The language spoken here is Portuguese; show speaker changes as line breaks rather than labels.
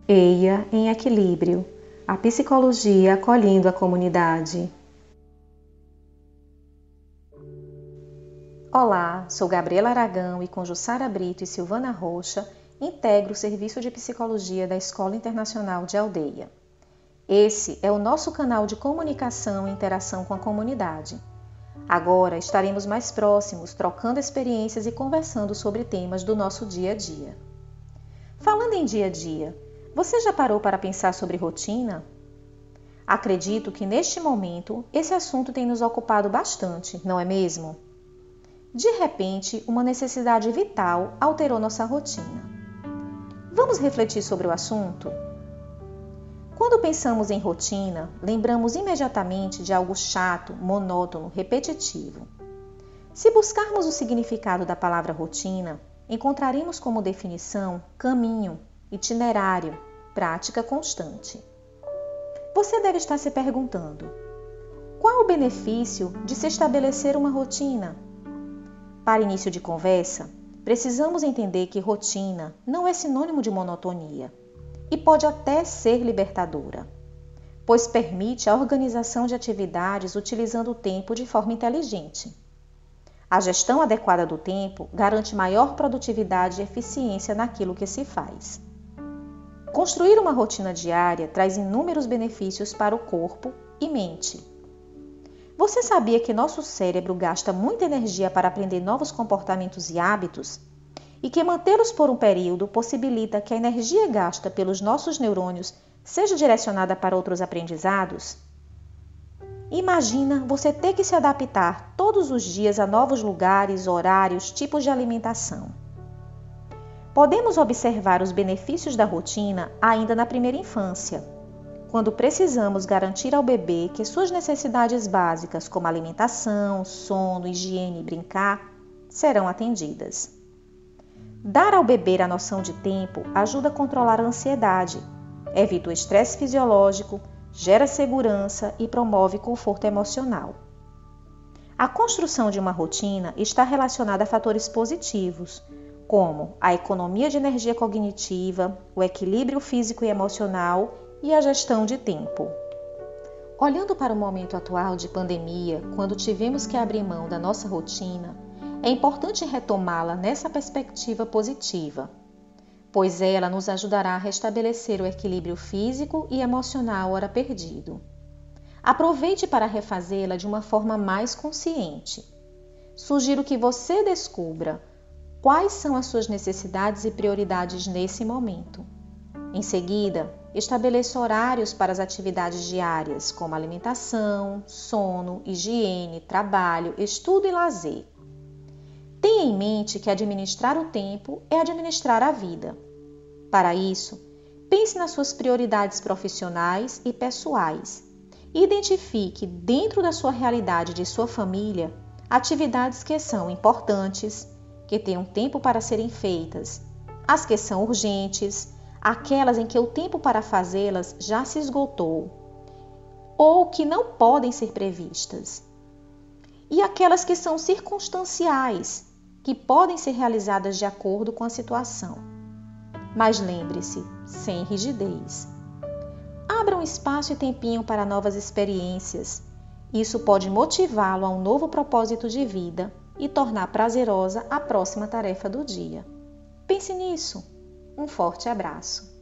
EIA em Equilíbrio, a psicologia acolhendo a comunidade. Olá, sou Gabriela Aragão e com Jussara Brito e Silvana Rocha integro o Serviço de Psicologia da Escola Internacional de Aldeia. Esse é o nosso canal de comunicação e interação com a comunidade. Agora estaremos mais próximos, trocando experiências e conversando sobre temas do nosso dia a dia. Falando em dia a dia, você já parou para pensar sobre rotina? Acredito que neste momento esse assunto tem nos ocupado bastante, não é mesmo? De repente, uma necessidade vital alterou nossa rotina. Vamos refletir sobre o assunto? Quando pensamos em rotina, lembramos imediatamente de algo chato, monótono, repetitivo. Se buscarmos o significado da palavra rotina, encontraremos como definição caminho, itinerário, prática constante. Você deve estar se perguntando: qual o benefício de se estabelecer uma rotina? Para início de conversa, precisamos entender que rotina não é sinônimo de monotonia e pode até ser libertadora, pois permite a organização de atividades utilizando o tempo de forma inteligente. A gestão adequada do tempo garante maior produtividade e eficiência naquilo que se faz. Construir uma rotina diária traz inúmeros benefícios para o corpo e mente. Você sabia que nosso cérebro gasta muita energia para aprender novos comportamentos e hábitos? E que mantê-los por um período possibilita que a energia gasta pelos nossos neurônios seja direcionada para outros aprendizados? Imagina você ter que se adaptar todos os dias a novos lugares, horários, tipos de alimentação. Podemos observar os benefícios da rotina ainda na primeira infância, quando precisamos garantir ao bebê que suas necessidades básicas, como alimentação, sono, higiene e brincar, serão atendidas. Dar ao bebê a noção de tempo ajuda a controlar a ansiedade, evita o estresse fisiológico, gera segurança e promove conforto emocional. A construção de uma rotina está relacionada a fatores positivos, como a economia de energia cognitiva, o equilíbrio físico e emocional e a gestão de tempo. Olhando para o momento atual de pandemia, quando tivemos que abrir mão da nossa rotina, é importante retomá-la nessa perspectiva positiva, pois ela nos ajudará a restabelecer o equilíbrio físico e emocional ora perdido. Aproveite para refazê-la de uma forma mais consciente. Sugiro que você descubra quais são as suas necessidades e prioridades nesse momento. Em seguida, estabeleça horários para as atividades diárias, como alimentação, sono, higiene, trabalho, estudo e lazer. Tenha em mente que administrar o tempo é administrar a vida. Para isso, pense nas suas prioridades profissionais e pessoais e identifique, dentro da sua realidade e de sua família, atividades que são importantes, que tenham tempo para serem feitas, as que são urgentes, aquelas em que o tempo para fazê-las já se esgotou, ou que não podem ser previstas, e aquelas que são circunstanciais, que podem ser realizadas de acordo com a situação. Mas lembre-se, sem rigidez. Abra um espaço e tempinho para novas experiências. Isso pode motivá-lo a um novo propósito de vida e tornar prazerosa a próxima tarefa do dia. Pense nisso. Um forte abraço.